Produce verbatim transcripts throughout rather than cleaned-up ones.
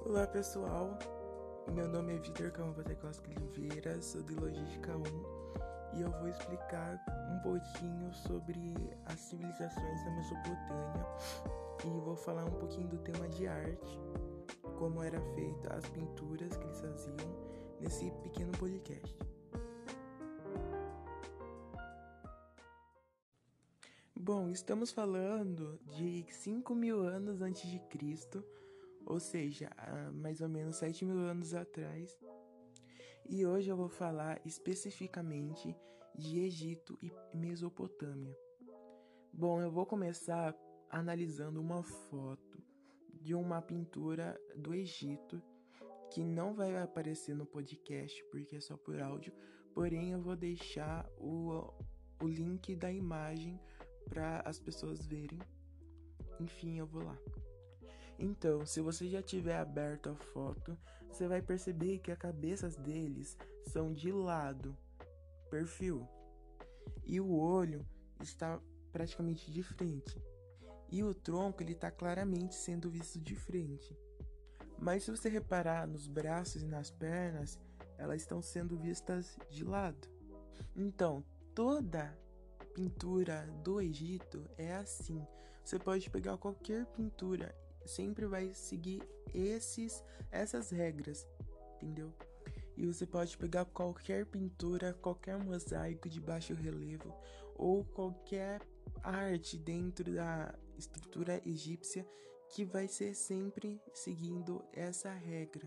Olá pessoal, meu nome é Vitor Campos Oliveira, sou de Logística um e eu vou explicar um pouquinho sobre as civilizações da Mesopotâmia e vou falar um pouquinho do tema de arte, como era feita as pinturas que eles faziam nesse pequeno podcast. Bom, estamos falando de cinco mil anos antes de Cristo, ou seja, há mais ou menos sete mil anos atrás. E hoje eu vou falar especificamente de Egito e Mesopotâmia. Bom, eu vou começar analisando uma foto de uma pintura do Egito, que não vai aparecer no podcast porque é só por áudio, porém eu vou deixar o, o link da imagem para as pessoas verem. Enfim, eu vou lá. Então, se você já tiver aberto a foto, você vai perceber que as cabeças deles são de lado, perfil, e o olho está praticamente de frente, e o tronco ele está claramente sendo visto de frente. Mas se você reparar nos braços e nas pernas, elas estão sendo vistas de lado. Então, toda pintura do Egito é assim. Você pode pegar qualquer pintura, sempre vai seguir esses, essas regras, entendeu? E você pode pegar qualquer pintura, qualquer mosaico de baixo relevo ou qualquer arte dentro da estrutura egípcia que vai ser sempre seguindo essa regra.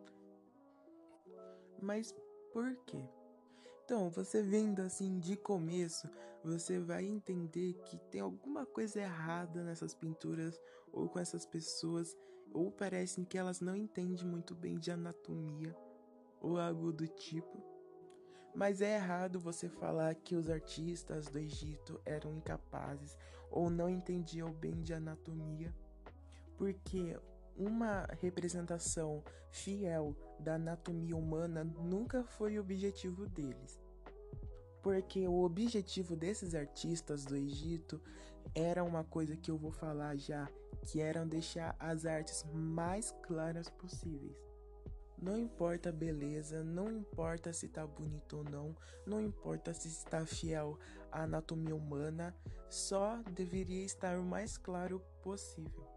Mas por quê? Então, você vendo assim de começo, você vai entender que tem alguma coisa errada nessas pinturas ou com essas pessoas, ou parecem que elas não entendem muito bem de anatomia ou algo do tipo. Mas é errado você falar que os artistas do Egito eram incapazes ou não entendiam bem de anatomia, porque uma representação fiel da anatomia humana nunca foi o objetivo deles. Porque o objetivo desses artistas do Egito era uma coisa que eu vou falar já, que eram deixar as artes mais claras possíveis. Não importa a beleza, não importa se tá bonito ou não, não importa se está fiel à anatomia humana, só deveria estar o mais claro possível.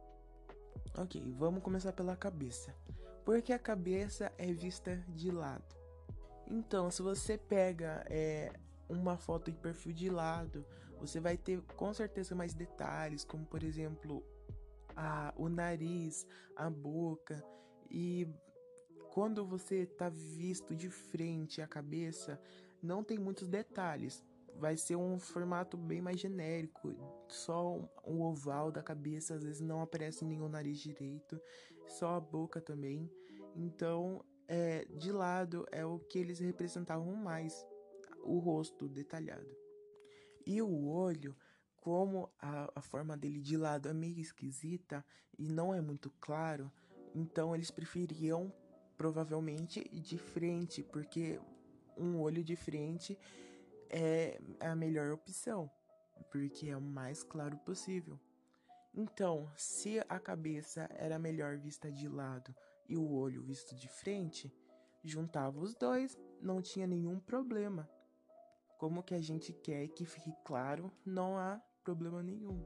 Ok, vamos começar pela cabeça. Porque a cabeça é vista de lado. Então, se você pega é, uma foto de perfil de lado, você vai ter com certeza mais detalhes, como por exemplo, a, o nariz, a boca. E quando você está visto de frente a cabeça, não tem muitos detalhes. Vai ser um formato bem mais genérico, só o oval da cabeça, às vezes não aparece nenhum nariz direito, só a boca também. Então, é, de lado é o que eles representavam mais, o rosto detalhado. E o olho, como a, a forma dele de lado é meio esquisita e não é muito claro, então eles preferiam provavelmente de frente, porque um olho de frente é a melhor opção, porque é o mais claro possível. Então, se a cabeça era melhor vista de lado e o olho visto de frente, juntava os dois, não tinha nenhum problema. Como que a gente quer que fique claro, não há problema nenhum.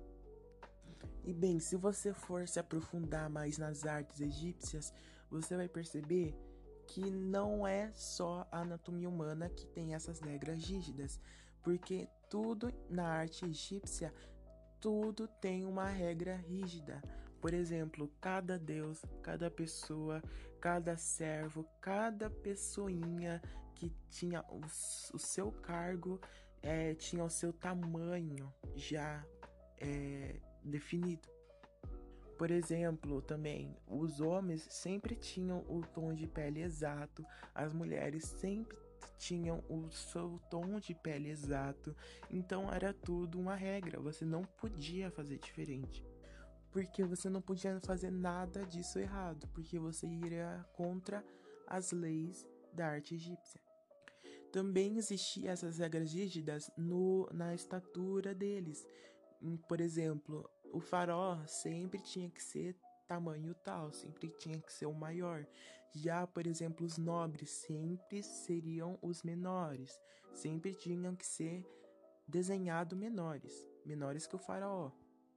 E bem, se você for se aprofundar mais nas artes egípcias, você vai perceber que não é só a anatomia humana que tem essas regras rígidas, porque tudo na arte egípcia, tudo tem uma regra rígida. Por exemplo, cada deus, cada pessoa, cada servo, cada pessoinha que tinha o, o seu cargo, é, tinha o seu tamanho já é, definido. Por exemplo, também, os homens sempre tinham o tom de pele exato, as mulheres sempre tinham o seu tom de pele exato, então era tudo uma regra, você não podia fazer diferente. Porque você não podia fazer nada disso errado, porque você iria contra as leis da arte egípcia. Também existiam essas regras rígidas no, na estatura deles. Por exemplo, o faraó sempre tinha que ser tamanho tal, sempre tinha que ser o maior. Já, por exemplo, os nobres sempre seriam os menores, sempre tinham que ser desenhados menores, menores que o faraó.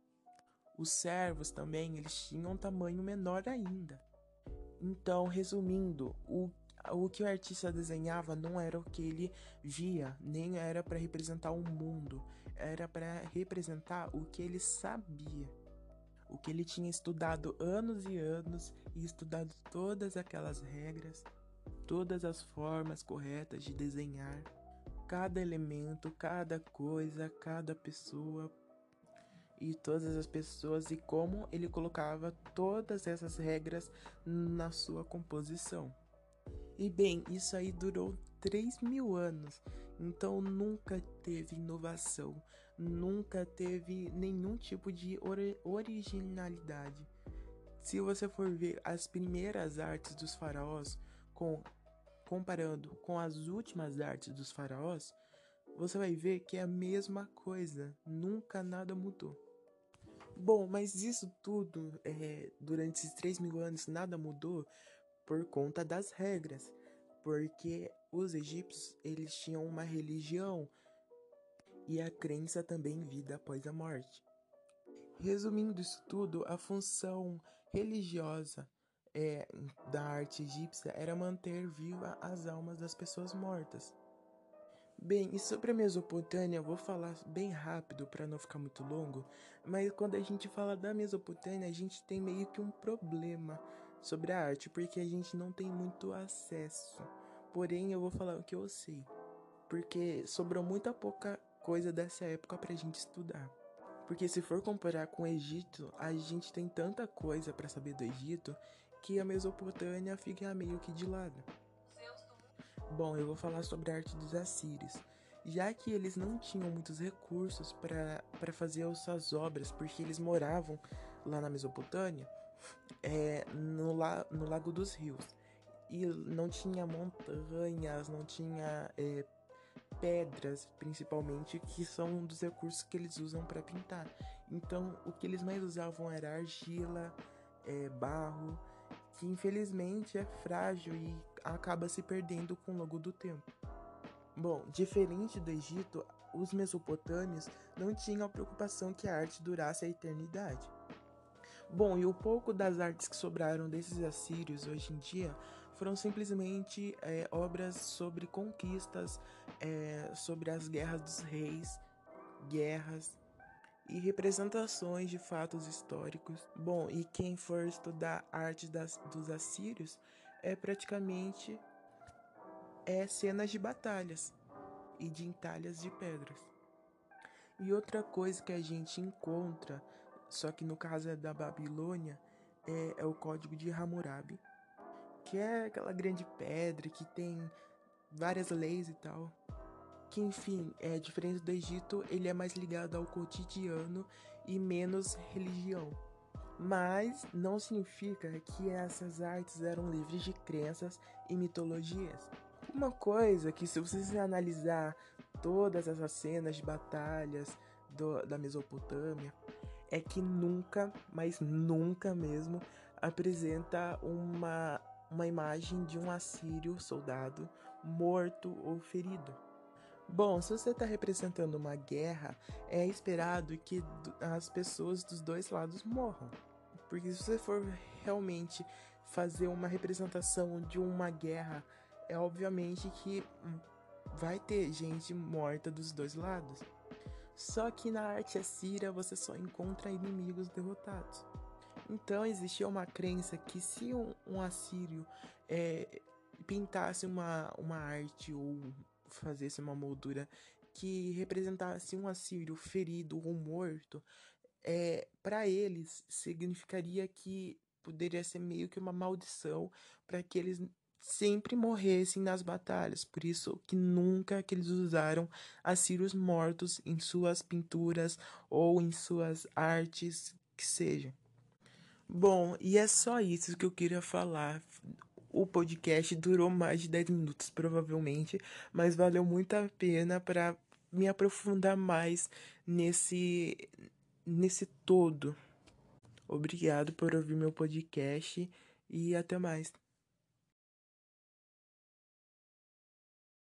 Os servos também, eles tinham um tamanho menor ainda. Então, resumindo, o, o que o artista desenhava não era o que ele via, nem era para representar o mundo, era para representar o que ele sabia, o que ele tinha estudado anos e anos e estudado todas aquelas regras, todas as formas corretas de desenhar, cada elemento, cada coisa, cada pessoa e todas as pessoas e como ele colocava todas essas regras na sua composição. E bem, isso aí durou três mil anos, então nunca teve inovação, nunca teve nenhum tipo de ori- originalidade. Se você for ver as primeiras artes dos faraós, com, comparando com as últimas artes dos faraós, você vai ver que é a mesma coisa, nunca nada mudou. Bom, mas isso tudo, é, durante esses três mil anos, nada mudou por conta das regras, porque os egípcios, eles tinham uma religião e a crença também em vida após a morte. Resumindo isso tudo, a função religiosa é, da arte egípcia era manter viva as almas das pessoas mortas. Bem, e sobre a Mesopotâmia, eu vou falar bem rápido para não ficar muito longo, mas quando a gente fala da Mesopotâmia, a gente tem meio que um problema sobre a arte, porque a gente não tem muito acesso. Porém, eu vou falar o que eu sei, porque sobrou muita pouca coisa dessa época pra gente estudar. Porque se for comparar com o Egito, a gente tem tanta coisa para saber do Egito que a Mesopotâmia fica meio que de lado. Bom, eu vou falar sobre a arte dos assírios. Já que eles não tinham muitos recursos para fazer as suas obras, porque eles moravam lá na Mesopotâmia, é, no, la, no Lago dos Rios. E não tinha montanhas, não tinha é, pedras, principalmente, que são um dos recursos que eles usam para pintar. Então, o que eles mais usavam era argila, é, barro, que infelizmente é frágil e acaba se perdendo com o longo do tempo. Bom, diferente do Egito, os mesopotâmios não tinham a preocupação que a arte durasse a eternidade. Bom, e o pouco das artes que sobraram desses assírios hoje em dia foram simplesmente é, obras sobre conquistas, é, sobre as guerras dos reis, guerras e representações de fatos históricos. Bom, e quem for estudar a arte das, dos assírios é praticamente é cenas de batalhas e de entalhas de pedras. E outra coisa que a gente encontra, só que no caso é da Babilônia, é, é o Código de Hammurabi, que é aquela grande pedra que tem várias leis e tal. Que, enfim, é diferente do Egito, ele é mais ligado ao cotidiano e menos religião. Mas não significa que essas artes eram livres de crenças e mitologias. Uma coisa que, se você analisar todas essas cenas de batalhas do, da Mesopotâmia, é que nunca, mas nunca mesmo, apresenta uma, uma imagem de um assírio soldado morto ou ferido. Bom, se você está representando uma guerra, é esperado que as pessoas dos dois lados morram. Porque se você for realmente fazer uma representação de uma guerra, é obviamente que vai ter gente morta dos dois lados. Só que na arte assíria você só encontra inimigos derrotados. Então existia uma crença que se um, um assírio é, pintasse uma, uma arte ou fazesse uma moldura que representasse um assírio ferido ou morto, é, para eles significaria que poderia ser meio que uma maldição para que eles sempre morressem nas batalhas. Por isso que nunca que eles usaram assírios mortos em suas pinturas ou em suas artes que sejam. Bom, e é só isso que eu queria falar. O podcast durou mais de dez minutos, provavelmente, mas valeu muito a pena para me aprofundar mais nesse, nesse todo. Obrigado por ouvir meu podcast e até mais.